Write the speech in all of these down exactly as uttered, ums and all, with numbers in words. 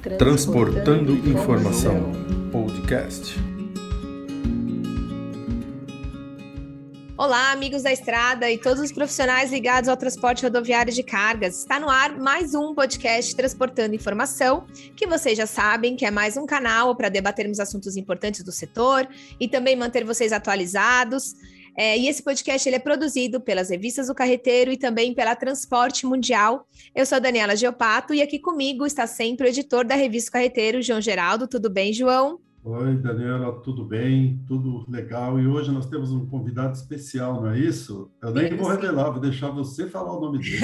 Transportando Informação Podcast. Olá, amigos da estrada e todos os profissionais ligados ao transporte rodoviário de cargas. Está no ar mais um podcast Transportando Informação, que vocês já sabem que é mais um canal para debatermos assuntos importantes do setor e também manter vocês atualizados. É, e esse podcast ele é produzido pelas revistas do Carreteiro e também pela Transporte Mundial. Eu sou a Daniela Geopato e aqui comigo está sempre o editor da revista Carreteiro, João Geraldo. Tudo bem, João? Oi, Daniela, tudo bem? Tudo legal. E hoje nós temos um convidado especial, não é isso? Eu nem isso. vou revelar, vou deixar você falar o nome dele.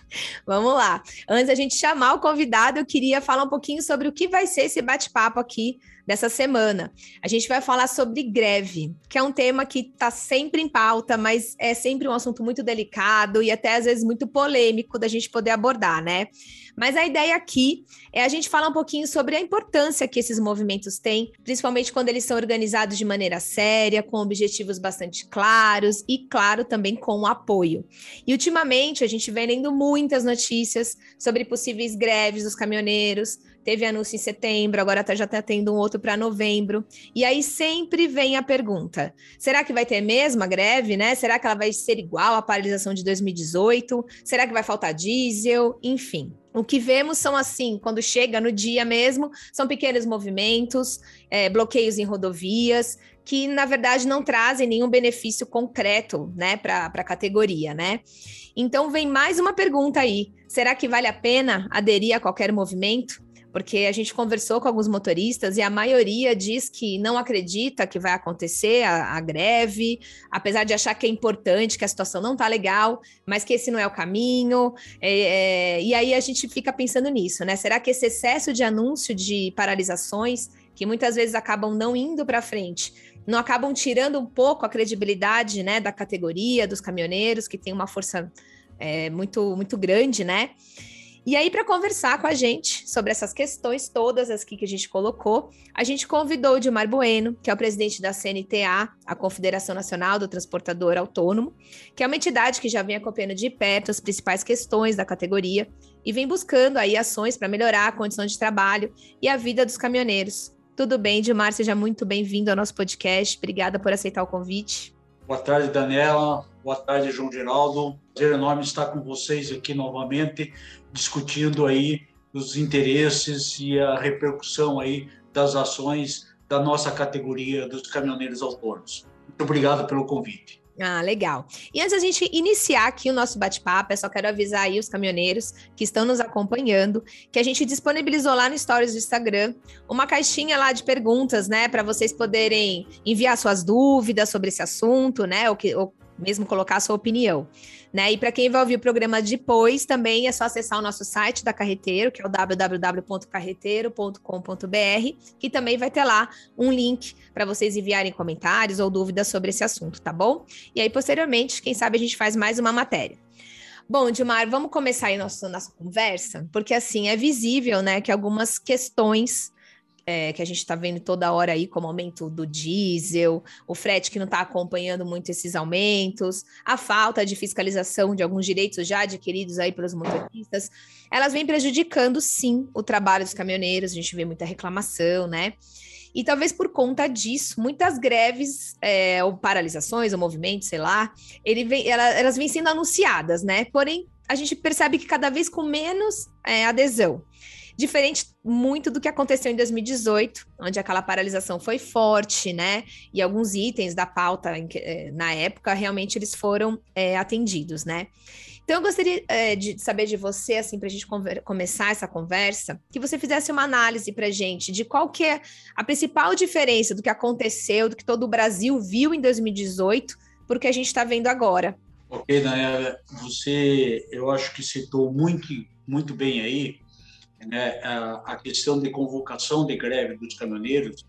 Vamos lá. Antes da gente chamar o convidado, eu queria falar um pouquinho sobre o que vai ser esse bate-papo aqui dessa semana. A gente vai falar sobre greve, que é um tema que está sempre em pauta, mas é sempre um assunto muito delicado e até às vezes muito polêmico da gente poder abordar, né? Mas a ideia aqui é a gente falar um pouquinho sobre a importância que esses movimentos têm, principalmente quando eles são organizados de maneira séria, com objetivos bastante claros e, claro, também com apoio. E, ultimamente, a gente vem lendo muitas notícias sobre possíveis greves dos caminhoneiros. Teve anúncio em setembro, agora já está tendo um outro para novembro. E aí sempre vem a pergunta, será que vai ter mesmo a greve, né? Será que ela vai ser igual à paralisação de dois mil e dezoito? Será que vai faltar diesel? Enfim. O que vemos são assim, quando chega no dia mesmo, são pequenos movimentos, é, bloqueios em rodovias, que na verdade não trazem nenhum benefício concreto, né, para a categoria, né? Então vem mais uma pergunta aí, será que vale a pena aderir a qualquer movimento? Porque a gente conversou com alguns motoristas e a maioria diz que não acredita que vai acontecer a, a greve, apesar de achar que é importante, que a situação não está legal, mas que esse não é o caminho. É, é, e aí a gente fica pensando nisso, né? Será que esse excesso de anúncio de paralisações, que muitas vezes acabam não indo para frente, não acabam tirando um pouco a credibilidade, né, da categoria, dos caminhoneiros, que tem uma força é, muito, muito grande, né? E aí, para conversar com a gente sobre essas questões todas as que a gente colocou, a gente convidou o Dilmar Bueno, que é o presidente da C N T A, a Confederação Nacional do Transportador Autônomo, que é uma entidade que já vem acompanhando de perto as principais questões da categoria e vem buscando aí ações para melhorar a condição de trabalho e a vida dos caminhoneiros. Tudo bem, Dilmar? Seja muito bem-vindo ao nosso podcast. Obrigada por aceitar o convite. Boa tarde, Daniela. Boa tarde, João Geraldo. Prazer enorme estar com vocês aqui novamente, discutindo aí os interesses e a repercussão aí das ações da nossa categoria dos caminhoneiros autônomos. Muito obrigado pelo convite. Ah, legal. E antes da gente iniciar aqui o nosso bate-papo, eu só quero avisar aí os caminhoneiros que estão nos acompanhando que a gente disponibilizou lá no Stories do Instagram uma caixinha lá de perguntas, né, para vocês poderem enviar suas dúvidas sobre esse assunto, né, ou, que, ou mesmo colocar a sua opinião, né? E para quem vai ouvir o programa depois, também é só acessar o nosso site da Carreteiro, que é o w w w ponto carreteiro ponto com ponto b r, que também vai ter lá um link para vocês enviarem comentários ou dúvidas sobre esse assunto, tá bom? E aí, posteriormente, quem sabe a gente faz mais uma matéria. Bom, Dilmar, vamos começar aí nossa, nossa conversa, porque assim, é visível, né, que algumas questões É, que a gente está vendo toda hora aí, como aumento do diesel, o frete que não está acompanhando muito esses aumentos, a falta de fiscalização de alguns direitos já adquiridos aí pelos motoristas, elas vêm prejudicando, sim, o trabalho dos caminhoneiros, a gente vê muita reclamação, né? E talvez por conta disso, muitas greves, é, ou paralisações, ou movimentos, sei lá, ele vem, ela, elas vêm sendo anunciadas, né? Porém, a gente percebe que cada vez com menos é, adesão. Diferente muito do que aconteceu em dois mil e dezoito, onde aquela paralisação foi forte, né? E alguns itens da pauta na época realmente eles foram é, atendidos, né? Então eu gostaria é, de saber de você, assim, para a gente começar essa conversa, que você fizesse uma análise para a gente de qual que é a principal diferença do que aconteceu, do que todo o Brasil viu em dois mil e dezoito, para o que a gente está vendo agora. Ok, Daniela, você, eu acho que citou muito, muito bem aí, né, a, a questão de convocação de greve dos caminhoneiros,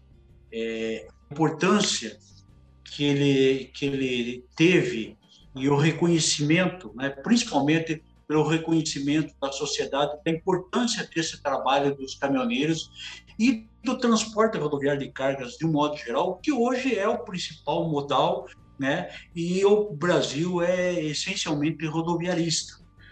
é, a importância que ele, que ele teve e o reconhecimento, né, principalmente pelo reconhecimento da sociedade, da importância desse trabalho dos caminhoneiros e do transporte rodoviário de cargas de um modo geral, que hoje é o principal modal, né, e o Brasil é essencialmente rodoviarista.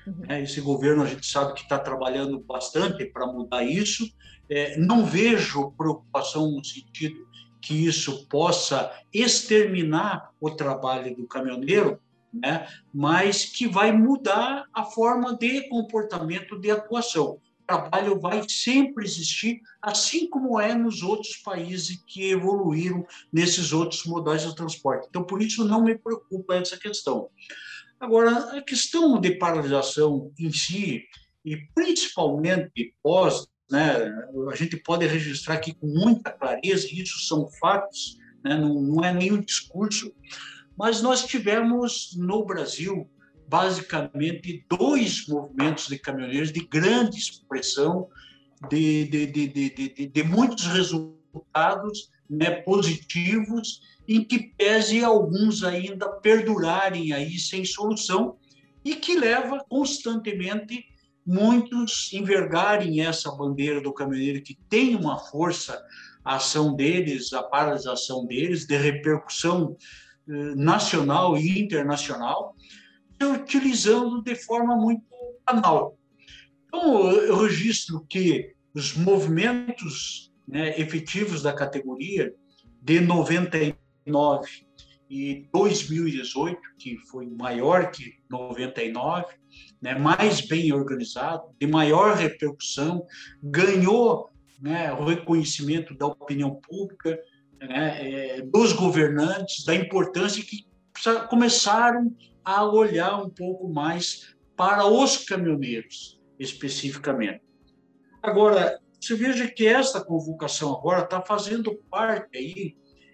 Uhum. É, esse governo, a gente sabe que está trabalhando bastante para mudar isso. É, não vejo preocupação no sentido que isso possa exterminar o trabalho do caminhoneiro, né? Mas que vai mudar a forma de comportamento, de atuação. O trabalho vai sempre existir, assim como é nos outros países que evoluíram nesses outros modais de transporte. Então, por isso, não me preocupa essa questão. Agora, a questão de paralisação em si, e principalmente pós, né, a gente pode registrar aqui com muita clareza, isso são fatos, né, não, não é nenhum discurso, mas nós tivemos no Brasil, basicamente, dois movimentos de caminhoneiros de grande expressão, de, de, de, de, de, de muitos resultados, né, positivos, em que pese alguns ainda perdurarem aí sem solução e que leva constantemente muitos envergarem essa bandeira do caminhoneiro, que tem uma força, a ação deles, a paralisação deles, de repercussão eh, nacional e internacional, utilizando de forma muito banal. Então, eu registro que os movimentos, né, efetivos da categoria de noventa e nove e dois mil e dezoito, que foi maior que noventa e nove, né, mais bem organizado, de maior repercussão, ganhou, né, o reconhecimento da opinião pública, né, é, dos governantes, da importância que começaram a olhar um pouco mais para os caminhoneiros, especificamente. Agora, você veja que essa convocação agora está fazendo parte aí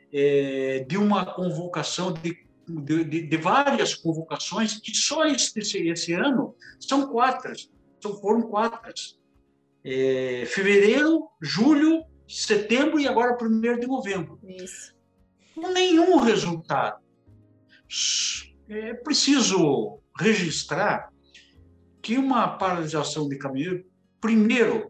é, de uma convocação, de, de, de várias convocações, que só esse, esse ano são quatro, são, foram quatro. É, fevereiro, julho, setembro e agora primeiro de novembro. Isso. Nenhum resultado. É preciso registrar que uma paralisação de caminhoneiro, primeiro,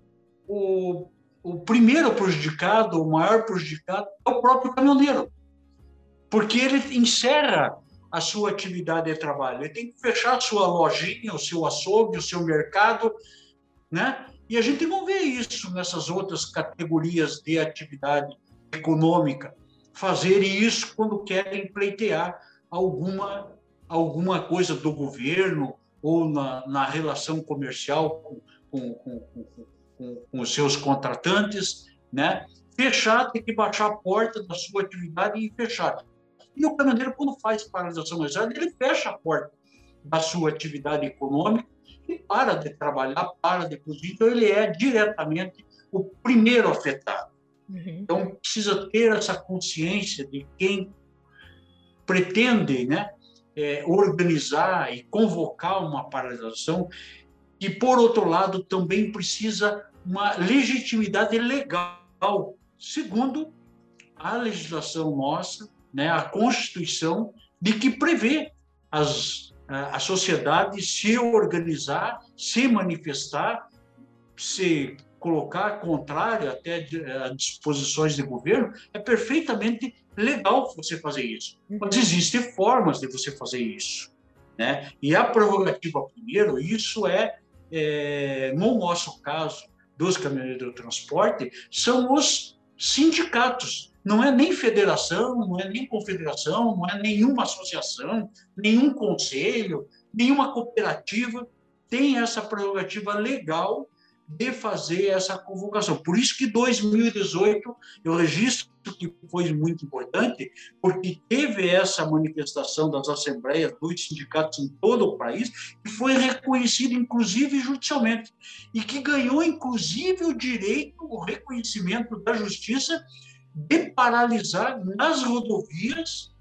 o, o primeiro prejudicado, o maior prejudicado é o próprio caminhoneiro, porque ele encerra a sua atividade de trabalho, ele tem que fechar a sua lojinha, o seu açougue, o seu mercado, né? E a gente não vê isso nessas outras categorias de atividade econômica, fazerem isso quando querem pleitear alguma, alguma coisa do governo ou na, na relação comercial com, com, com, com, com, com os seus contratantes, né? Fechar, tem que baixar a porta da sua atividade e fechar. E o caminhoneiro, quando faz paralisação externa, ele fecha a porta da sua atividade econômica e para de trabalhar, para de produzir. Então, ele é diretamente o primeiro afetado. Uhum. Então, precisa ter essa consciência de quem pretende, né, é, organizar e convocar uma paralisação, e, por outro lado, também precisa uma legitimidade legal, segundo a legislação nossa, né, a Constituição, de que prevê as, a sociedade se organizar, se manifestar, se colocar contrário até a disposições de governo, é perfeitamente legal você fazer isso. Mas existem formas de você fazer isso, né? E a prerrogativa, primeiro, isso é, é no nosso caso, dos caminhoneiros do transporte, são os sindicatos. Não é nem federação, não é nem confederação, não é nenhuma associação, nenhum conselho, nenhuma cooperativa tem essa prerrogativa legal de fazer essa convocação. Por isso que dois mil e dezoito eu registro que foi muito importante, porque teve essa manifestação das assembleias dos sindicatos em todo o país, que foi reconhecido, inclusive, judicialmente, e que ganhou, inclusive, o direito, o reconhecimento da justiça de paralisar nas rodovias,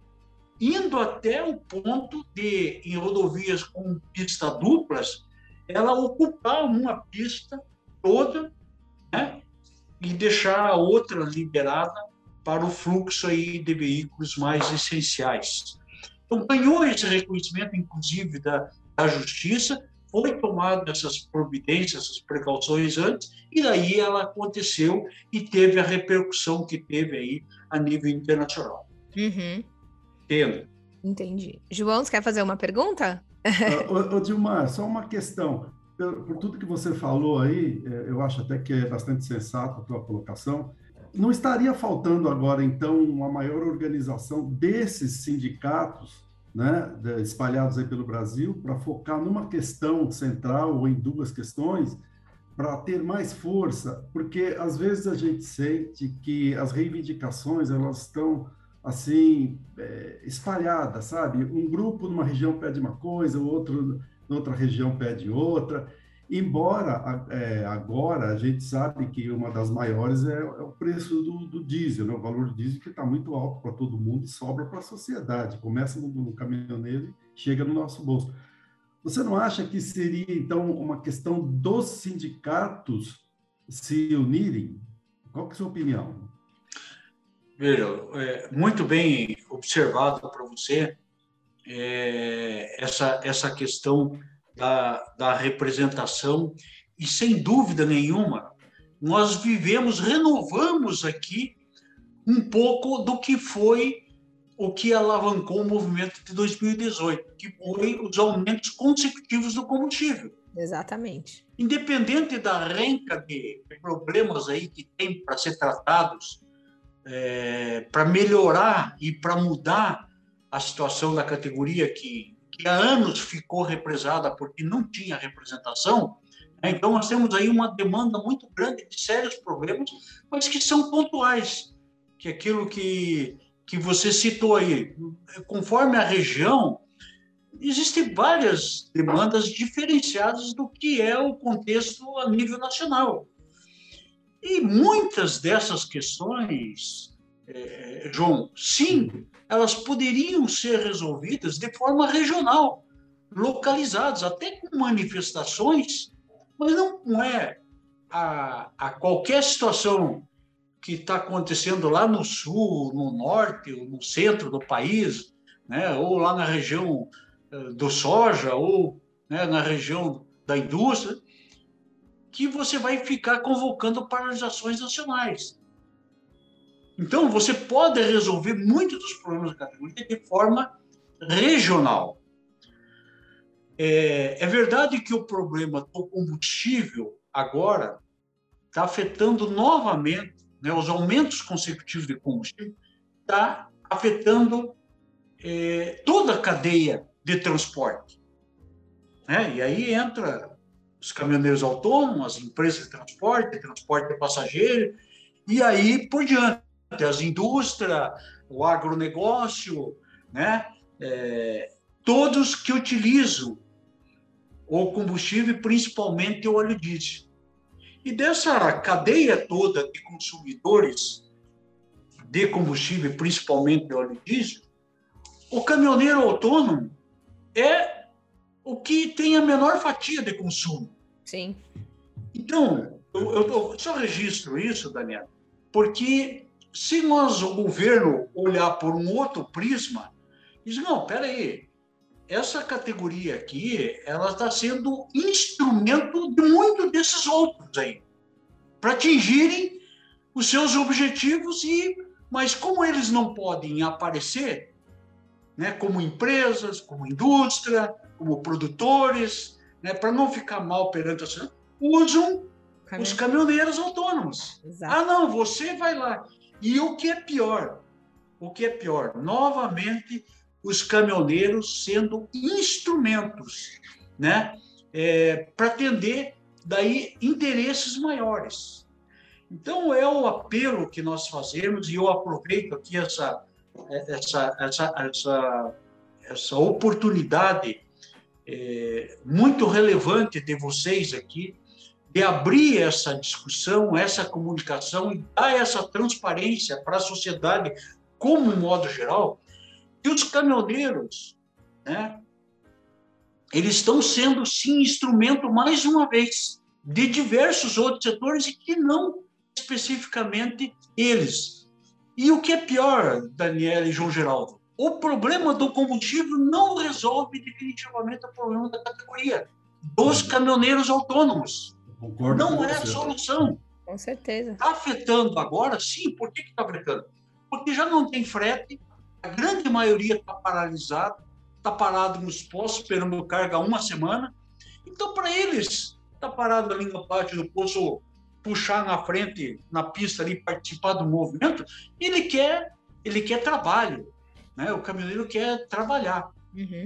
indo até o ponto de, em rodovias com pista duplas, ela ocupar uma pista toda, né, e deixar a outra liberada para o fluxo aí de veículos mais essenciais. Então, ganhou esse reconhecimento, inclusive, da, da Justiça, foi tomado essas providências, essas precauções antes, e daí ela aconteceu e teve a repercussão que teve aí a nível internacional. Uhum. Entendo. Entendi. João, você quer fazer uma pergunta? uh, ô, ô, Dilmar, só uma questão. Por, por tudo que você falou aí, eu acho até que é bastante sensato a tua colocação. Não estaria faltando agora, então, uma maior organização desses sindicatos, né, espalhados aí pelo Brasil, para focar numa questão central ou em duas questões, para ter mais força? Porque, às vezes, a gente sente que as reivindicações, elas estão, assim, é, espalhadas, sabe? Um grupo numa região pede uma coisa, o outro na outra região pede outra. Embora é, agora a gente sabe que uma das maiores é, é o preço do, do diesel, né? O valor do diesel que está muito alto para todo mundo e sobra para a sociedade. Começa no, no caminhoneiro e chega no nosso bolso. Você não acha que seria, então, uma questão dos sindicatos se unirem? Qual que é a sua opinião? Veja, é, muito bem observado para você é, essa, essa questão Da, da representação, e sem dúvida nenhuma, nós vivemos, renovamos aqui um pouco do que foi o que alavancou o movimento de dois mil e dezoito, que foi os aumentos consecutivos do combustível. Exatamente. Independente da renca de problemas aí que tem para ser tratados, é, para melhorar e para mudar a situação da categoria que que há anos ficou represada porque não tinha representação, né? Então nós temos aí uma demanda muito grande de sérios problemas, mas que são pontuais, que é aquilo que, que você citou aí. Conforme a região, existem várias demandas diferenciadas do que é o contexto a nível nacional. E muitas dessas questões, é, João, sim, elas poderiam ser resolvidas de forma regional, localizadas, até com manifestações, mas não é a, a qualquer situação que está acontecendo lá no sul, no norte, ou no centro do país, né, ou lá na região do soja, ou né, na região da indústria, que você vai ficar convocando paralisações nacionais. Então, você pode resolver muitos dos problemas da categoria de forma regional. É, é verdade que o problema do combustível agora está afetando novamente, né, os aumentos consecutivos de combustível, está afetando é, toda a cadeia de transporte. Né? E aí entra os caminhoneiros autônomos, as empresas de transporte, transporte de passageiro, e aí por diante. As indústrias, o agronegócio, né? É, todos que utilizam o combustível, principalmente o óleo diesel. E dessa cadeia toda de consumidores de combustível, principalmente de óleo diesel, o caminhoneiro autônomo é o que tem a menor fatia de consumo. Sim. Então, eu, eu, eu só registro isso, Daniela, porque se nós, o governo, olhar por um outro prisma, diz, não, peraí, essa categoria aqui, ela está sendo instrumento de muitos desses outros aí, para atingirem os seus objetivos, e, mas como eles não podem aparecer, né, como empresas, como indústria, como produtores, né, para não ficar mal perante a sociedade, usam Caminho. os caminhoneiros autônomos. Exato. Ah, não, você vai lá. E o que é pior? O que é pior? Novamente, os caminhoneiros sendo instrumentos, né, é, para atender daí interesses maiores. Então, é o apelo que nós fazemos, e eu aproveito aqui essa, essa, essa, essa, essa oportunidade é, muito relevante de vocês aqui, de abrir essa discussão, essa comunicação e dar essa transparência para a sociedade como um modo geral, que os caminhoneiros, né, eles estão sendo, sim, instrumento, mais uma vez, de diversos outros setores e que não especificamente eles. E o que é pior, Daniela e João Geraldo, o problema do combustível não resolve definitivamente o problema da categoria dos caminhoneiros autônomos. Concordo não é a solução. Com certeza. Está afetando agora? Sim. Por que está afetando? Porque já não tem frete, a grande maioria está paralisada, está parado nos postos esperando carga há uma semana. Então, para eles, está parado ali na parte do poço, puxar na frente, na pista ali, participar do movimento, ele quer, ele quer trabalho, né? O caminhoneiro quer trabalhar. Uhum.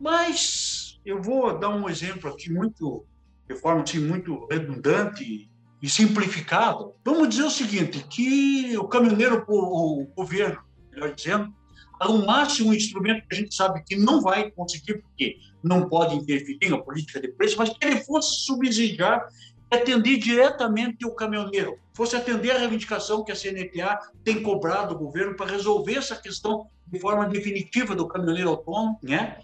Mas eu vou dar um exemplo aqui muito, de forma assim, muito redundante e simplificado. Vamos dizer o seguinte, que o caminhoneiro, o governo, melhor dizendo, arrumasse um instrumento que a gente sabe que não vai conseguir, porque não pode interferir na política de preço, mas que ele fosse subsidiar e atender diretamente o caminhoneiro, fosse atender a reivindicação que a C N T A tem cobrado do governo para resolver essa questão de forma definitiva do caminhoneiro autônomo, né?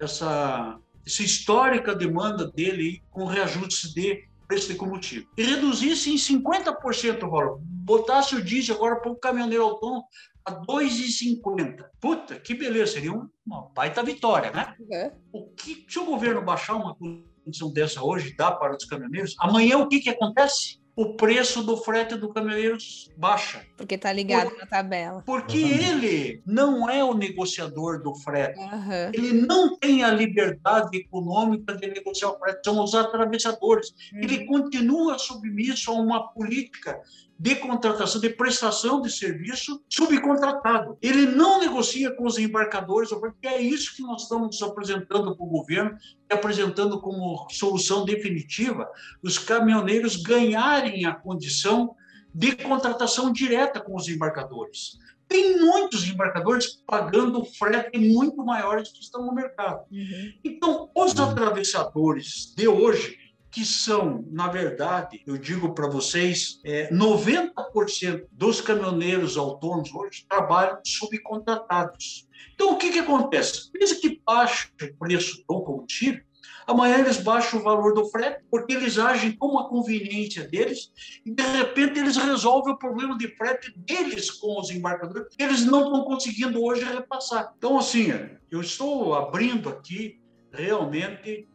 Essa, essa histórica demanda dele com reajustes de preço de combustível. E reduzisse em cinquenta por cento o valor, botasse o diesel agora para o caminhoneiro autônomo a dois reais e cinquenta centavos. Puta, que beleza, seria uma baita vitória, né? Uhum. O que, se o governo baixar uma condição dessa hoje, dá para os caminhoneiros, amanhã o que, que acontece? O preço do frete do caminhoneiro baixa. Porque está ligado Por, na tabela. Porque ele não é o negociador do frete. Uhum. Ele não tem a liberdade econômica de negociar o frete, são os atravessadores. Uhum. Ele continua submisso a uma política de contratação, de prestação de serviço subcontratado. Ele não negocia com os embarcadores, porque é isso que nós estamos apresentando para o governo, e apresentando como solução definitiva, os caminhoneiros ganharem a condição de contratação direta com os embarcadores. Tem muitos embarcadores pagando frete muito maiores que estão no mercado. Uhum. Então, os atravessadores de hoje, que são, na verdade, eu digo para vocês, é, noventa por cento dos caminhoneiros autônomos hoje trabalham subcontratados. Então, o que, que acontece? Desde que baixa o preço do combustível, amanhã eles baixam o valor do frete, porque eles agem como a conveniência deles, e de repente eles resolvem o problema de frete deles com os embarcadores, que eles não estão conseguindo hoje repassar. Então, assim, eu estou abrindo aqui realmente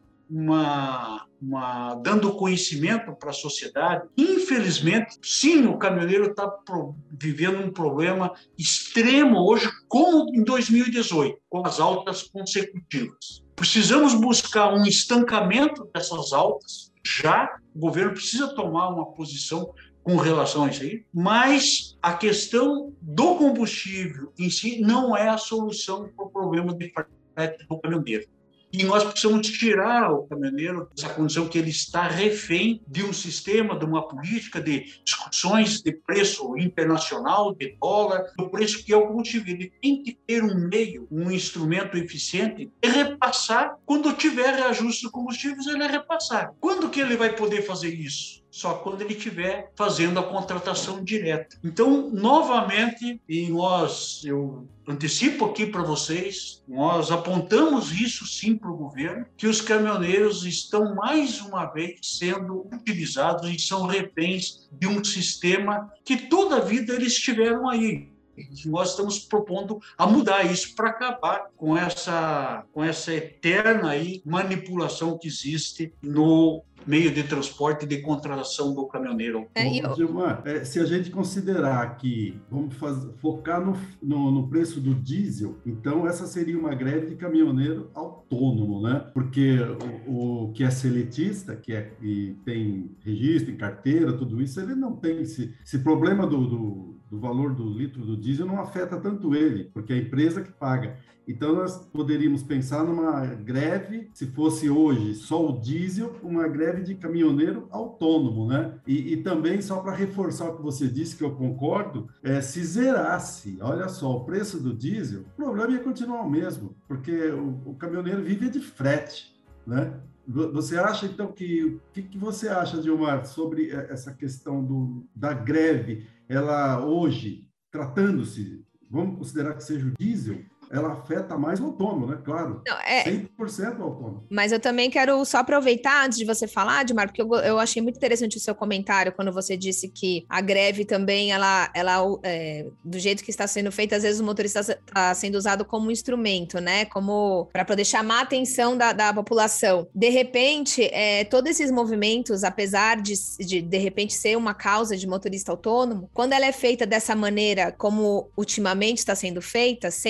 Uma, uma, dando conhecimento para a sociedade. Infelizmente, sim, o caminhoneiro está vivendo um problema extremo hoje, como em dois mil e dezoito, com as altas consecutivas. Precisamos buscar um estancamento dessas altas, já o governo precisa tomar uma posição com relação a isso aí, mas a questão do combustível em si não é a solução para o problema de frete do caminhoneiro. E nós precisamos tirar o caminhoneiro dessa condição que ele está refém de um sistema, de uma política de discussões de preço internacional, de dólar, do preço que é o combustível. Ele tem que ter um meio, um instrumento eficiente de repassar. Quando tiver reajuste de combustíveis, ele é repassar. Quando que ele vai poder fazer isso? Só quando ele estiver fazendo a contratação direta. Então, novamente, e nós, eu antecipo aqui para vocês, nós apontamos isso sim para o governo, que os caminhoneiros estão mais uma vez sendo utilizados e são reféns de um sistema que toda a vida eles tiveram aí. Nós estamos propondo a mudar isso para acabar com essa, com essa eterna aí manipulação que existe no meio de transporte e de contratação do caminhoneiro. É, eu... Gilmar, é, se a gente considerar que vamos fazer, focar no, no, no preço do diesel, então essa seria uma greve de caminhoneiro autônomo, né? Porque o, o que é seletista, que é, e tem registro, em carteira, tudo isso, ele não tem esse, esse problema do, do, do valor do litro do diesel, não afeta tanto ele, porque é a empresa que paga. Então, nós poderíamos pensar numa greve, se fosse hoje só o diesel, uma greve de caminhoneiro autônomo, né? E, e também, só para reforçar o que você disse, que eu concordo, é, se zerasse, olha só, o preço do diesel, o problema ia continuar o mesmo, porque o, o caminhoneiro vive de frete, né? Você acha, então, que... O que, que você acha, Gilmar, sobre essa questão do, da greve? Ela, hoje, tratando-se, vamos considerar que seja o diesel, ela afeta mais o autônomo, né? Claro. Não, é... cem por cento autônomo. Mas eu também quero só aproveitar, antes de você falar, Edmar, porque eu, eu achei muito interessante o seu comentário, quando você disse que a greve também, ela, ela é, do jeito que está sendo feita, às vezes o motorista está sendo usado como instrumento, né? Como para poder chamar a atenção da, da população. De repente, é, todos esses movimentos, apesar de, de, de repente, ser uma causa de motorista autônomo, quando ela é feita dessa maneira, como ultimamente está sendo feita, sem uma pauta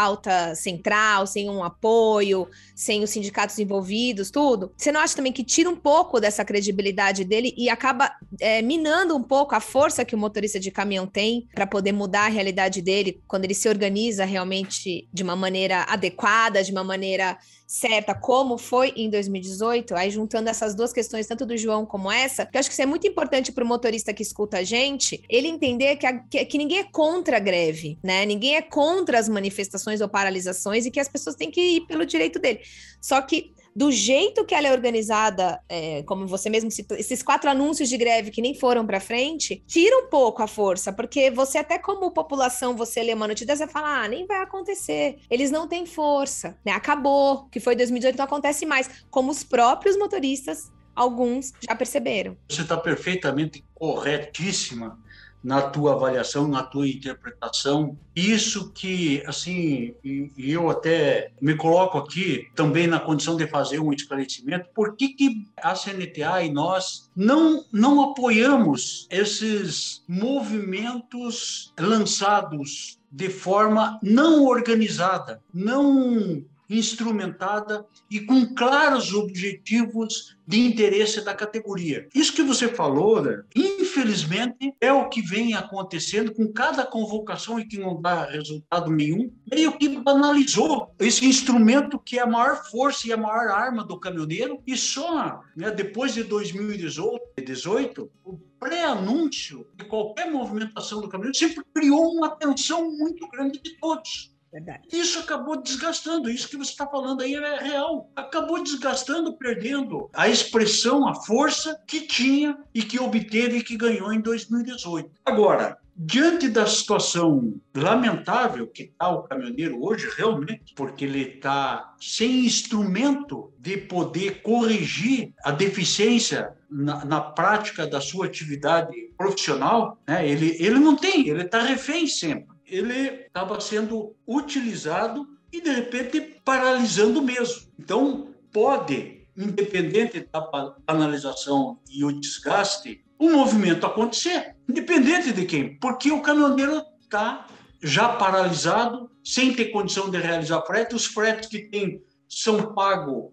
pauta central, sem um apoio, sem os sindicatos envolvidos, tudo. Você não acha também que tira um pouco dessa credibilidade dele e acaba é, minando um pouco a força que o motorista de caminhão tem para poder mudar a realidade dele quando ele se organiza realmente de uma maneira adequada, de uma maneira certa, como foi em dois mil e dezoito? Aí juntando essas duas questões, tanto do João como essa, que eu acho que isso é muito importante para o motorista que escuta a gente, ele entender que, a, que, que ninguém é contra a greve, né? Ninguém é contra as manifestações ou paralisações e que as pessoas têm que ir pelo direito dele. Só que do jeito que ela é organizada, é, como você mesmo citou, esses quatro anúncios de greve que nem foram para frente, tira um pouco a força, porque você até como população, você lê uma notícia e fala, ah, nem vai acontecer, eles não têm força, né? Acabou, que foi dois mil e dezoito, não acontece mais, como os próprios motoristas, alguns já perceberam. Você está perfeitamente corretíssima na tua avaliação, na tua interpretação. Isso que, assim, e, e eu até me coloco aqui também na condição de fazer um esclarecimento, por que que a C N T A e nós não, não apoiamos esses movimentos lançados de forma não organizada, não instrumentada e com claros objetivos de interesse da categoria. Isso que você falou, né, infelizmente, é o que vem acontecendo com cada convocação e que não dá resultado nenhum, meio que banalizou esse instrumento que é a maior força e a maior arma do caminhoneiro, e só, né, depois de dois mil e dezoito, o pré-anúncio de qualquer movimentação do caminhoneiro sempre criou uma tensão muito grande de todos. Verdade. Isso acabou desgastando, isso que você está falando aí é real. Acabou desgastando, perdendo a expressão, a força que tinha e que obteve e que ganhou em dois mil e dezoito. Agora, diante da situação lamentável que está o caminhoneiro hoje, realmente, porque ele está sem instrumento de poder corrigir a deficiência na, na prática da sua atividade profissional, né? ele, ele não tem, ele está refém sempre. Ele estava sendo utilizado e, de repente, paralisando mesmo. Então, pode, independente da banalização e o desgaste, o movimento acontecer, independente de quem, porque o caminhoneiro está já paralisado, sem ter condição de realizar frete. Os fretes que tem são pagos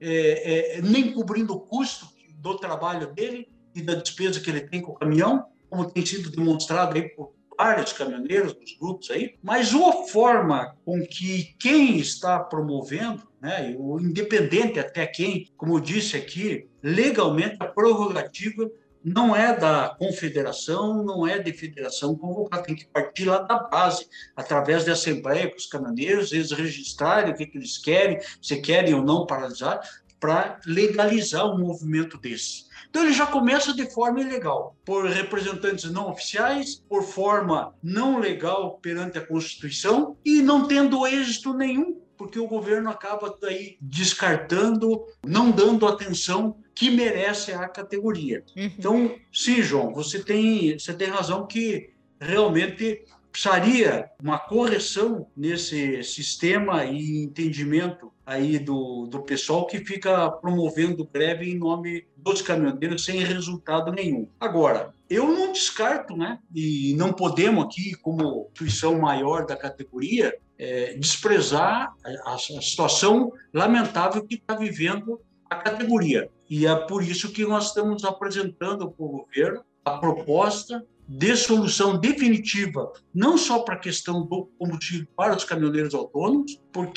é, é, nem cobrindo o custo do trabalho dele e da despesa que ele tem com o caminhão, como tem sido demonstrado aí por vários caminhoneiros dos grupos aí, mas a forma com que quem está promovendo, né, o independente até quem, como eu disse aqui, legalmente a prerrogativa não é da confederação, não é de federação convocada, tem que partir lá da base, através da assembleia com os caminhoneiros, eles registrarem o que, que eles querem, se querem ou não paralisar, para legalizar um movimento desse. Então, ele já começa de forma ilegal, por representantes não oficiais, por forma não legal perante a Constituição e não tendo êxito nenhum, porque o governo acaba daí descartando, não dando atenção que merece a categoria. Uhum. Então, sim, João, você tem, você tem razão que realmente precisaria uma correção nesse sistema e entendimento aí do, do pessoal que fica promovendo greve em nome dos caminhoneiros sem resultado nenhum. Agora, eu não descarto, né, e não podemos aqui, como instituição maior da categoria, é, desprezar a, a situação lamentável que está vivendo a categoria. E é por isso que nós estamos apresentando para o governo a proposta de solução definitiva, não só para a questão do combustível para os caminhoneiros autônomos,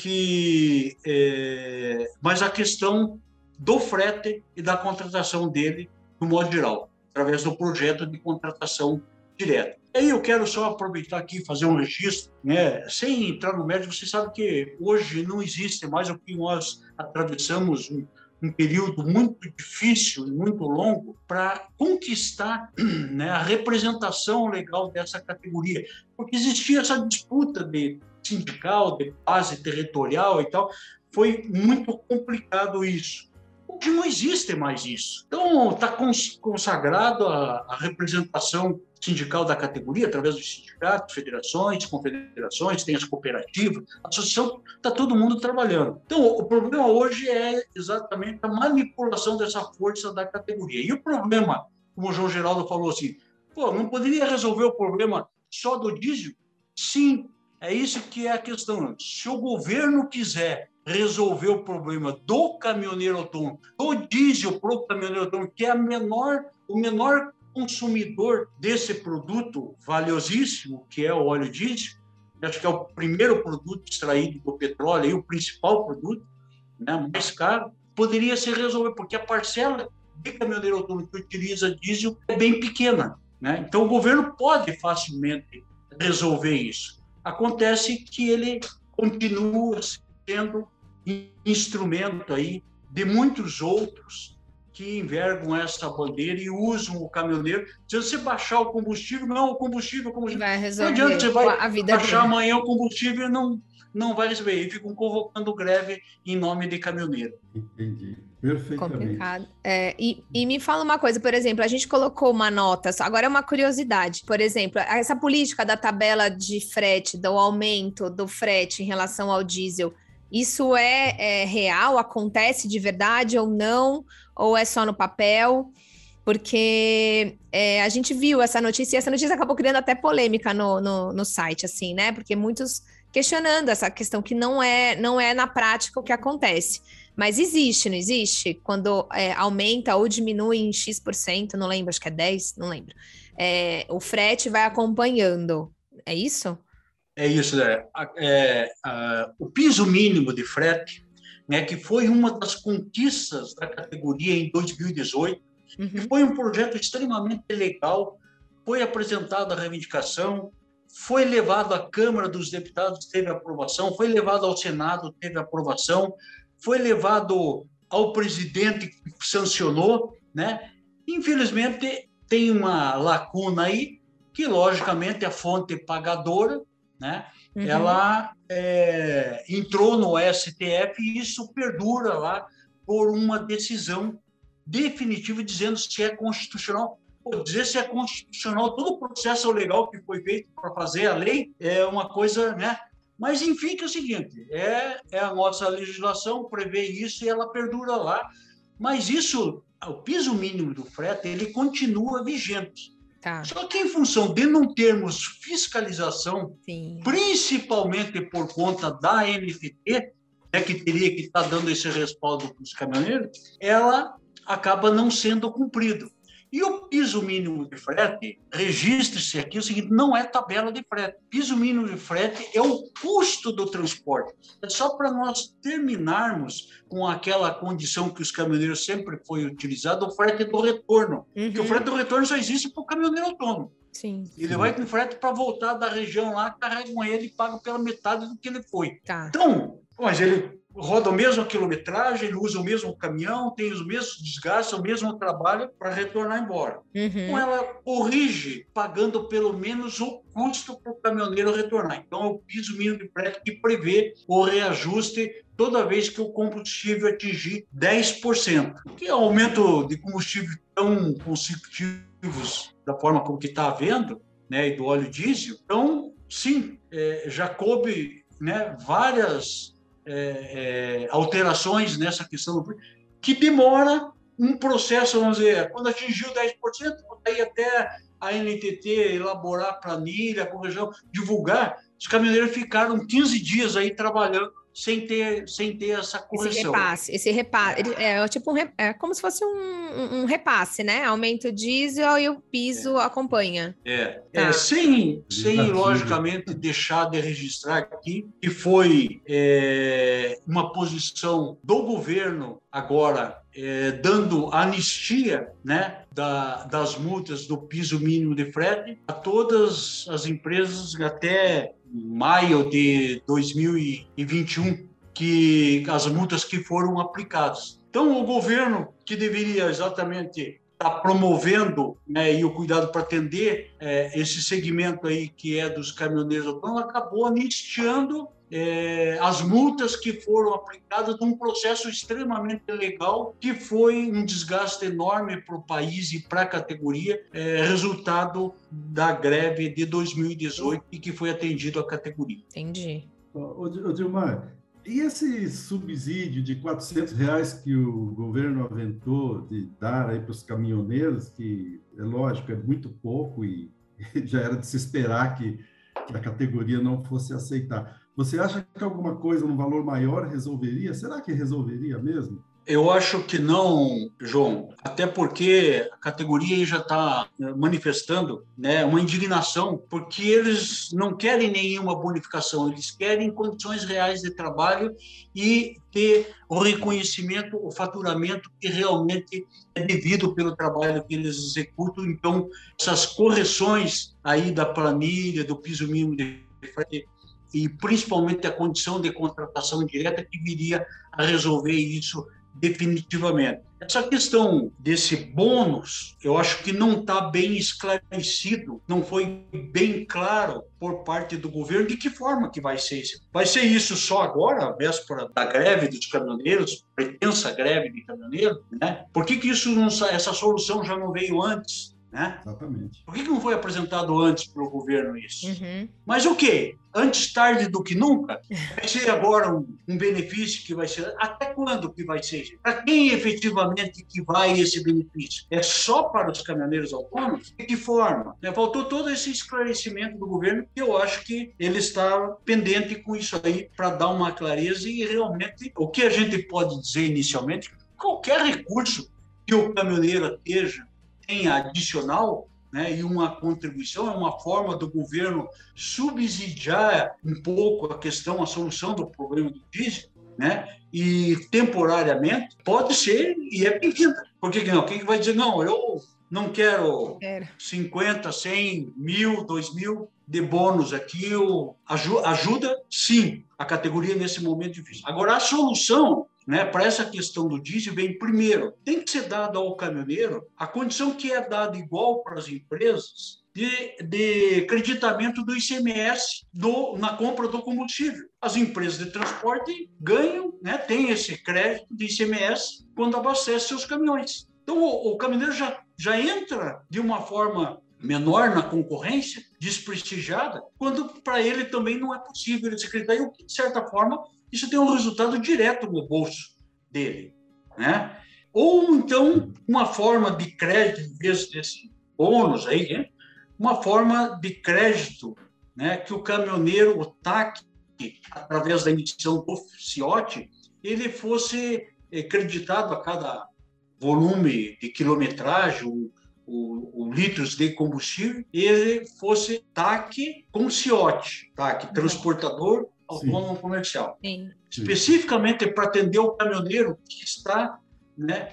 porque, é, mas a questão do frete e da contratação dele, no modo geral, através do projeto de contratação direta. E aí eu quero só aproveitar aqui e fazer um registro, né? Sem entrar no mérito, você sabe que hoje não existe mais o que nós atravessamos um, um período muito difícil e muito longo para conquistar, né, a representação legal dessa categoria, porque existia essa disputa de sindical, de base territorial e tal, foi muito complicado isso. Hoje não existe mais isso. Então, está consagrado a, a representação sindical da categoria, através dos sindicatos, federações, confederações, tem as cooperativas, a associação, está todo mundo trabalhando. Então, o problema hoje é exatamente a manipulação dessa força da categoria. E o problema, como o João Geraldo falou assim, pô, não poderia resolver o problema só do diesel? Sim, É isso que é a questão. Se o governo quiser resolver o problema do caminhoneiro autônomo, do diesel para o caminhoneiro autônomo, que é a menor, o menor consumidor desse produto valiosíssimo, que é o óleo diesel, acho que é o primeiro produto extraído do petróleo, e o principal produto, né, mais caro, poderia se resolver, porque a parcela de caminhoneiro autônomo que utiliza diesel é bem pequena, né? Então, o governo pode facilmente resolver isso. Acontece que ele continua sendo instrumento aí de muitos outros que envergam essa bandeira e usam o caminhoneiro. Se você baixar o combustível, não, o combustível, o combustível. Vai resolver. Não adianta, você vai a vida baixar dele. amanhã o combustível e não, não vai resolver. E ficam convocando greve em nome de caminhoneiro. Entendi. Perfeitamente. Complicado. É, e, e me fala uma coisa, por exemplo, a gente colocou uma nota, agora é uma curiosidade, por exemplo, essa política da tabela de frete, do aumento do frete em relação ao diesel, isso é, é real? Acontece de verdade ou não? Ou é só no papel? Porque é, a gente viu essa notícia, e essa notícia acabou criando até polêmica no, no, no site, assim, né? Porque muitos questionando essa questão que não é, não é na prática o que acontece. Mas existe, não existe? Quando é, aumenta ou diminui em X por cento, não lembro, acho que é dez, não lembro. É, o frete vai acompanhando. É isso? É isso, né? É, é, o piso mínimo de frete, né, que foi uma das conquistas da categoria em dois mil e dezoito, uhum. E foi um projeto extremamente legal, foi apresentada a reivindicação, foi levado à Câmara dos Deputados, teve aprovação, foi levado ao Senado, teve aprovação, foi levado ao presidente que sancionou, né? Infelizmente, tem uma lacuna aí, que, logicamente, a fonte pagadora, né? Uhum. Ela é, entrou no S T F e isso perdura lá por uma decisão definitiva dizendo se é constitucional. Pô, dizer se é constitucional, todo o processo legal que foi feito para fazer a lei é uma coisa, né? Mas, enfim, que é o seguinte, é, é a nossa legislação, prevê isso e ela perdura lá, mas isso, o piso mínimo do frete, ele continua vigente. Tá. Só que em função de não termos fiscalização, sim, principalmente por conta da A N T T, né, que teria que estar dando esse respaldo para os caminhoneiros, ela acaba não sendo cumprido. E o piso mínimo de frete, registre-se aqui o seguinte, não é tabela de frete. Piso mínimo de frete é o custo do transporte. É só para nós terminarmos com aquela condição que os caminhoneiros sempre foi utilizado, o frete do retorno. Uhum. Porque o frete do retorno só existe para o caminhoneiro autônomo. Sim. Ele Sim. vai com frete para voltar da região lá, carregam ele e pagam pela metade do que ele foi. Tá. Então, mas ele roda a mesma quilometragem, ele usa o mesmo caminhão, tem os mesmos desgastes, o mesmo trabalho para retornar embora. Uhum. Então, ela corrige pagando pelo menos o custo para o caminhoneiro retornar. Então, é o piso mínimo de frete que prevê o reajuste toda vez que o combustível atingir dez por cento. Que aumento de combustível tão consecutivos da forma como que está havendo, né, e do óleo diesel. Então, sim, é, já coube, né, várias É, é, alterações nessa questão, que demora um processo, vamos dizer, quando atingiu dez por cento, aí até a N T T elaborar a planilha, a correção, divulgar, os caminhoneiros ficaram quinze dias aí trabalhando sem ter, sem ter essa correção. Esse repasse, esse repasse é, é tipo um, é como se fosse um, um repasse, né? Aumenta o diesel e o piso é. acompanha. É, tá. é sem, sem logicamente deixar de registrar aqui que foi é, uma posição do governo agora é, dando anistia, né, da, das multas do piso mínimo de frete a todas as empresas até maio de dois mil e vinte e um, que as multas que foram aplicadas. Então, o governo, que deveria exatamente estar promovendo, né, e o cuidado para atender é, esse segmento aí que é dos caminhoneiros autônomos, acabou anistiando é, as multas que foram aplicadas num processo extremamente legal, que foi um desgaste enorme para o país e para a categoria, é, resultado da greve de dois mil e dezoito e que foi atendido a categoria. Entendi. Ô, ô Dilmar, e esse subsídio de quatrocentos reais que o governo aventou de dar aí para os caminhoneiros, que é lógico, é muito pouco e já era de se esperar que que a categoria não fosse aceitar. Você acha que alguma coisa, um valor maior, resolveria? Será que resolveria mesmo? Eu acho que não, João, até porque a categoria já está manifestando, né, uma indignação, porque eles não querem nenhuma bonificação, eles querem condições reais de trabalho e ter o reconhecimento, o faturamento que realmente é devido pelo trabalho que eles executam. Então, essas correções aí da planilha, do piso mínimo de frete, e principalmente a condição de contratação direta que viria a resolver isso definitivamente. Essa questão desse bônus, eu acho que não está bem esclarecido, não foi bem claro por parte do governo de que forma que vai ser isso. Vai ser isso só agora, a véspera da greve dos caminhoneiros, pretensa greve de caminhoneiros, né? Por que que isso não, essa solução já não veio antes? Né? Exatamente. Por que que não foi apresentado antes pelo governo isso? Uhum. Mas o quê? Antes tarde do que nunca? Vai ser agora um, um benefício que vai ser... Até quando que vai ser? Para quem efetivamente que vai esse benefício? É só para os caminhoneiros autônomos? De que forma? É, faltou todo esse esclarecimento do governo, que eu acho que ele está pendente com isso aí para dar uma clareza e realmente o que a gente pode dizer inicialmente, qualquer recurso que o caminhoneiro esteja tenha adicional, né, e uma contribuição, é uma forma do governo subsidiar um pouco a questão, a solução do problema do diesel, né, e temporariamente pode ser e é bem-vinda. Por que não? Quem vai dizer, não, eu não quero cinquenta, cem, mil, dois mil de bônus aqui, eu, ajuda sim a categoria nesse momento difícil. Agora, a solução, né, para essa questão do diesel vem primeiro, tem que ser dado ao caminhoneiro a condição que é dada igual para as empresas de, de creditamento do I C M S do, na compra do combustível. As empresas de transporte ganham, né, têm esse crédito de I C M S quando abastecem seus caminhões. Então, o, o caminhoneiro já, já entra de uma forma menor na concorrência, desprestigiada, quando para ele também não é possível ele se acreditar. E, de certa forma, isso tem um resultado direto no bolso dele, né? Ou, então, uma forma de crédito, em vez desse bônus aí, né? Uma forma de crédito, né? Que o caminhoneiro, o T A C, através da emissão do FIOT, ele fosse creditado a cada volume de quilometragem, o, o, o litros de combustível, ele fosse T A C com FIOT, T A C, transportador autônomo Sim. comercial. Sim. Especificamente para atender o caminhoneiro que está, né,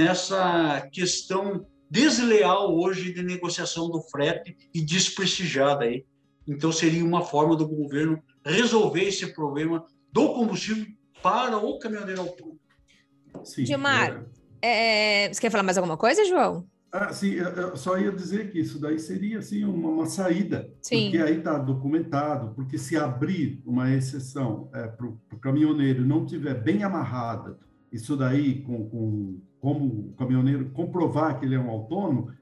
nessa questão desleal hoje de negociação do frete e desprestigiada aí. Então, seria uma forma do governo resolver esse problema do combustível para o caminhoneiro autônomo. Sim, Gilmar, é... É... você quer falar mais alguma coisa, João? Ah, sim, eu só ia dizer que isso daí seria assim, uma, uma saída, sim. Porque aí está documentado, porque se abrir uma exceção é, para o caminhoneiro não tiver bem amarrada, isso daí, com, com, como o caminhoneiro comprovar que ele é um autônomo,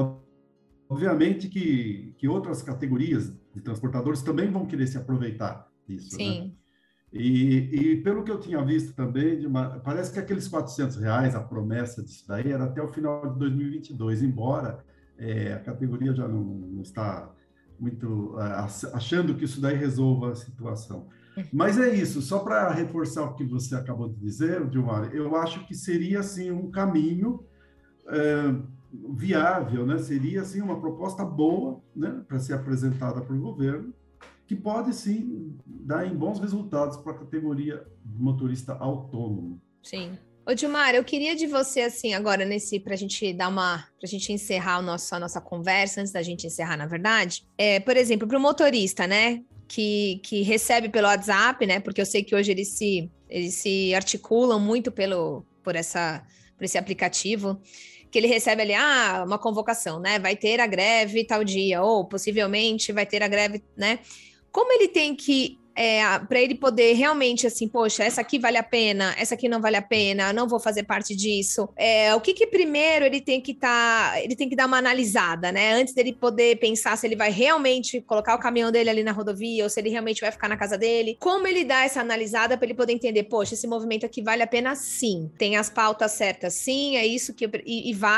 obviamente que, que outras categorias de transportadores também vão querer se aproveitar disso. Sim. Né? E, e pelo que eu tinha visto também, de uma, parece que aqueles quatrocentos reais, a promessa disso daí, era até o final de dois mil e vinte e dois, embora é, a categoria já não, não está muito uh, achando que isso daí resolva a situação. Mas é isso, só para reforçar o que você acabou de dizer, Gilmar, eu acho que seria assim, um caminho uh, viável, né? Seria assim, uma proposta boa, né? Para ser apresentada para o governo, que pode, sim, dar em bons resultados para a categoria de motorista autônomo. Sim. Ô, Gilmar, eu queria de você, assim, agora, nesse, para a gente dar uma, para a gente encerrar o nosso, a nossa conversa, antes da gente encerrar, na verdade, é, por exemplo, para o motorista, né, que, que recebe pelo WhatsApp, né, porque eu sei que hoje eles se, eles se articulam muito pelo, por, essa, por esse aplicativo, que ele recebe ali, ah, uma convocação, né, vai ter a greve tal dia, ou possivelmente vai ter a greve, né, como ele tem que, é, para ele poder realmente, assim, poxa, essa aqui vale a pena, essa aqui não vale a pena, não vou fazer parte disso. É, o que que primeiro ele tem que tá, ele tem que dar uma analisada, né? Antes dele poder pensar se ele vai realmente colocar o caminhão dele ali na rodovia ou se ele realmente vai ficar na casa dele. Como ele dá essa analisada para ele poder entender, poxa, esse movimento aqui vale a pena sim. Tem as pautas certas sim, é isso que eu, e, e vai.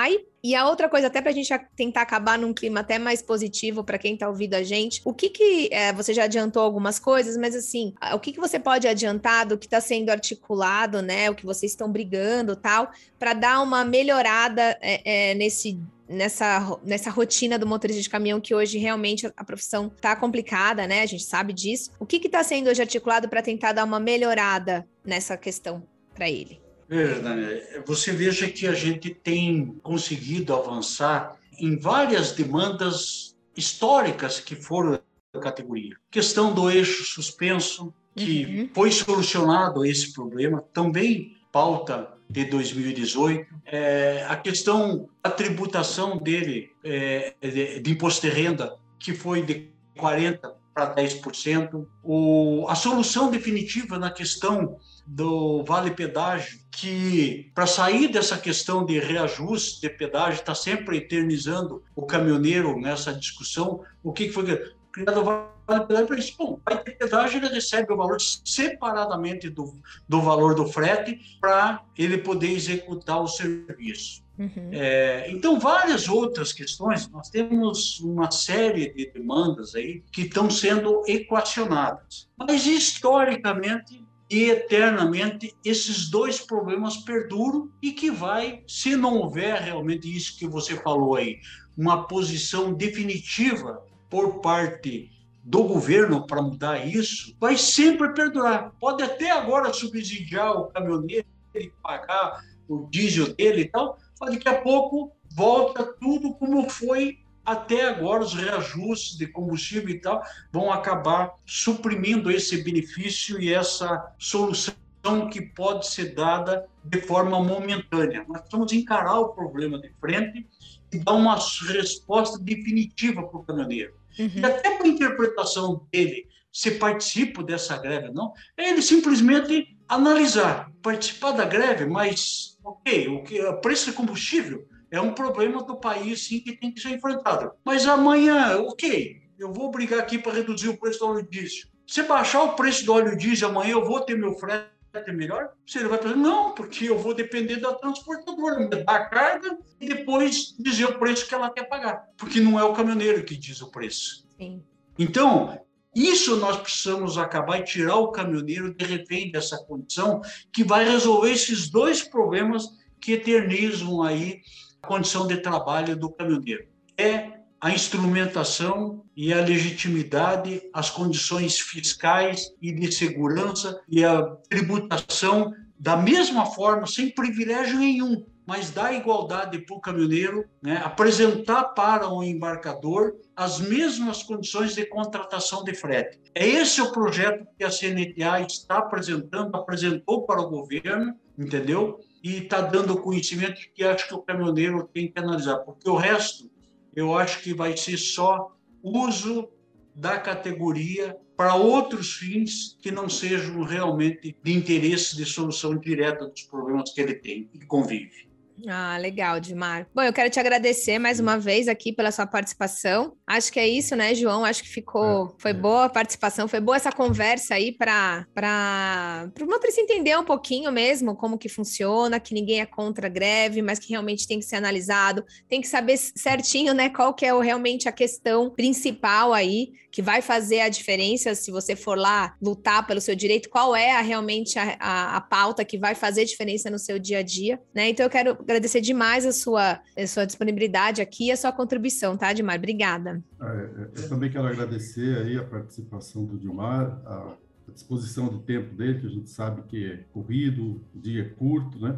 E a outra coisa, até para a gente tentar acabar num clima até mais positivo para quem está ouvindo a gente, o que que, é, você já adiantou algumas coisas, mas assim, o que que você pode adiantar do que está sendo articulado, né, o que vocês estão brigando tal, para dar uma melhorada é, é, nesse Nessa, nessa rotina do motorista de caminhão, que hoje realmente a profissão está complicada, né? A gente sabe disso. O que está sendo hoje articulado para tentar dar uma melhorada nessa questão para ele? Veja, Daniela, você veja que a gente tem conseguido avançar em várias demandas históricas que foram da categoria. Questão do eixo suspenso, que uhum. foi solucionado esse problema, também pauta de dois mil e dezoito, é, a questão da tributação dele, é, de, de imposto de renda, que foi de quarenta por cento para dez por cento, o, a solução definitiva na questão do vale pedágio, que para sair dessa questão de reajuste de pedágio, está sempre eternizando o caminhoneiro nessa discussão, o que foi criado o vale pedágio para isso? Bom, vai ter pedágio, ele recebe o valor separadamente do, do valor do frete para ele poder executar o serviço. Uhum. É, então, várias outras questões, nós temos uma série de demandas aí que estão sendo equacionadas. Mas, historicamente e eternamente, esses dois problemas perduram e que vai, se não houver realmente isso que você falou aí, uma posição definitiva por parte do governo para mudar isso, vai sempre perdurar. Pode até agora subsidiar o caminhoneiro, ele pagar o diesel dele e tal, mas daqui a pouco volta tudo como foi até agora. Os reajustes de combustível e tal vão acabar suprimindo esse benefício e essa solução que pode ser dada de forma momentânea. Nós precisamos encarar o problema de frente e dar uma resposta definitiva para o caminhoneiro. Uhum. E até para a interpretação dele, se participa dessa greve ou não, é ele simplesmente analisar, participar da greve, mas, ok, o que, o preço de combustível é um problema do país, sim, que tem que ser enfrentado. Mas amanhã, ok, eu vou brigar aqui para reduzir o preço do óleo diesel. Se baixar o preço do óleo diesel amanhã, eu vou ter meu frete melhor? Se ele vai fazer, não, porque eu vou depender da transportadora, me dar a carga e depois dizer o preço que ela quer pagar, porque não é o caminhoneiro que diz o preço. Sim. Então, isso nós precisamos acabar e tirar o caminhoneiro de refém dessa condição, que vai resolver esses dois problemas que eternizam aí a condição de trabalho do caminhoneiro. É a instrumentação e a legitimidade, as condições fiscais e de segurança e a tributação da mesma forma, sem privilégio nenhum, mas dar igualdade para o caminhoneiro, né? Apresentar para o embarcador as mesmas condições de contratação de frete. É esse o projeto que a C N T A está apresentando, apresentou para o governo, entendeu? E está dando conhecimento que acho que o caminhoneiro tem que analisar, porque o resto eu acho que vai ser só uso da categoria para outros fins que não sejam realmente de interesse de solução direta dos problemas que ele tem e convive. Ah, legal, Dimar. Bom, eu quero te agradecer mais uma vez aqui pela sua participação. Acho que é isso, né, João? Acho que ficou, foi boa a participação, foi boa essa conversa aí para para o motorista entender um pouquinho mesmo como que funciona, que ninguém é contra a greve, mas que realmente tem que ser analisado, tem que saber certinho, né, qual que é o, realmente a questão principal aí, que vai fazer a diferença se você for lá lutar pelo seu direito, qual é a, realmente a, a, a pauta que vai fazer diferença no seu dia a dia, né? Então eu quero agradecer demais a sua, a sua disponibilidade aqui e a sua contribuição, tá, Dimar? Obrigada. Eu também quero agradecer aí a participação do Dimar, a disposição de tempo dele, que a gente sabe que é corrido, o dia é curto, né?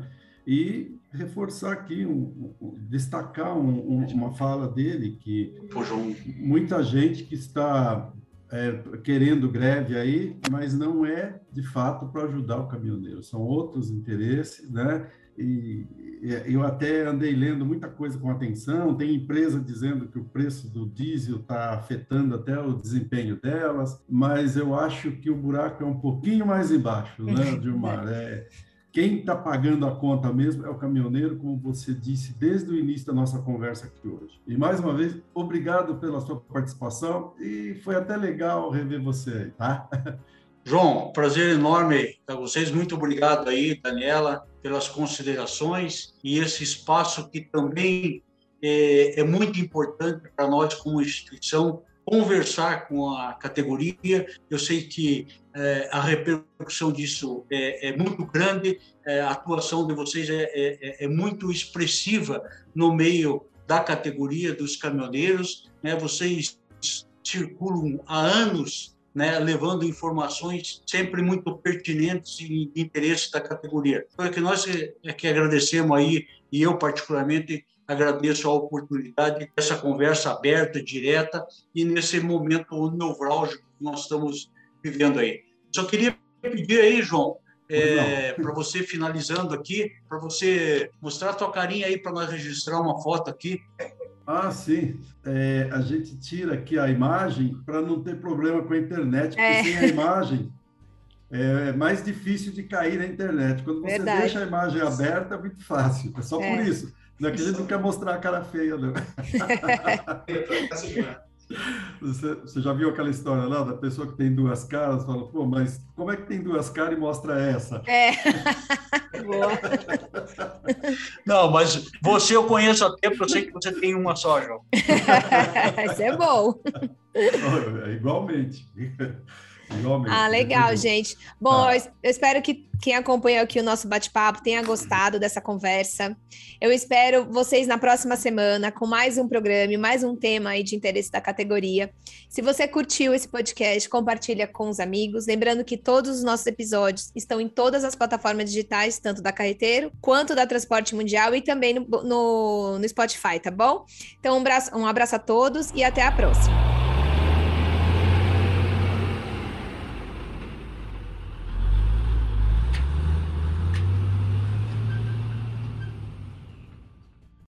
E reforçar aqui, um, um, destacar um, um, uma fala dele, que muita gente que está é, querendo greve aí, mas não é, de fato, para ajudar o caminhoneiro. São outros interesses, né? E eu até andei lendo muita coisa com atenção, tem empresa dizendo que o preço do diesel está afetando até o desempenho delas, mas eu acho que o buraco é um pouquinho mais embaixo, né, Dilmar? É, quem está pagando a conta mesmo é o caminhoneiro, como você disse desde o início da nossa conversa aqui hoje. E, mais uma vez, obrigado pela sua participação e foi até legal rever você aí, tá? João, prazer enorme para vocês. Muito obrigado aí, Daniela, pelas considerações e esse espaço que também é, é muito importante para nós, como instituição, conversar com a categoria. Eu sei que é, a repercussão disso é, é muito grande, é, a atuação de vocês é, é, é muito expressiva no meio da categoria dos caminhoneiros, né? Vocês circulam há anos, né, levando informações sempre muito pertinentes e de interesse da categoria. Então, é que nós é que agradecemos aí, e eu particularmente agradeço a oportunidade dessa conversa aberta, direta, e nesse momento nevrálgico que nós estamos vivendo aí. Só queria pedir aí, João, é, para você, finalizando aqui, para você mostrar a tua carinha aí para nós registrar uma foto aqui. Ah, sim. É, a gente tira aqui a imagem para não ter problema com a internet, porque É. sem a imagem é mais difícil de cair na internet. Quando você Verdade. deixa a imagem aberta, é muito fácil. É só É. por isso. Não é que a gente não quer mostrar a cara feia, não. Você, você já viu aquela história lá da pessoa que tem duas caras? Fala, pô, mas como é que tem duas caras e mostra essa? É. Boa. Não, mas você eu conheço há tempo, eu sei que você tem uma só, João. Isso é bom. É, igualmente. Igualmente. Ah, legal, Muito gente. Bom, Tá. eu es- eu espero que quem acompanhou aqui o nosso bate-papo tenha gostado dessa conversa. Eu espero vocês na próxima semana com mais um programa e mais um tema aí de interesse da categoria. Se você curtiu esse podcast, compartilha com os amigos. Lembrando que todos os nossos episódios estão em todas as plataformas digitais, tanto da Carreteiro quanto da Transporte Mundial e também no, no, no Spotify, tá bom? Então, um abraço, um abraço a todos e até a próxima.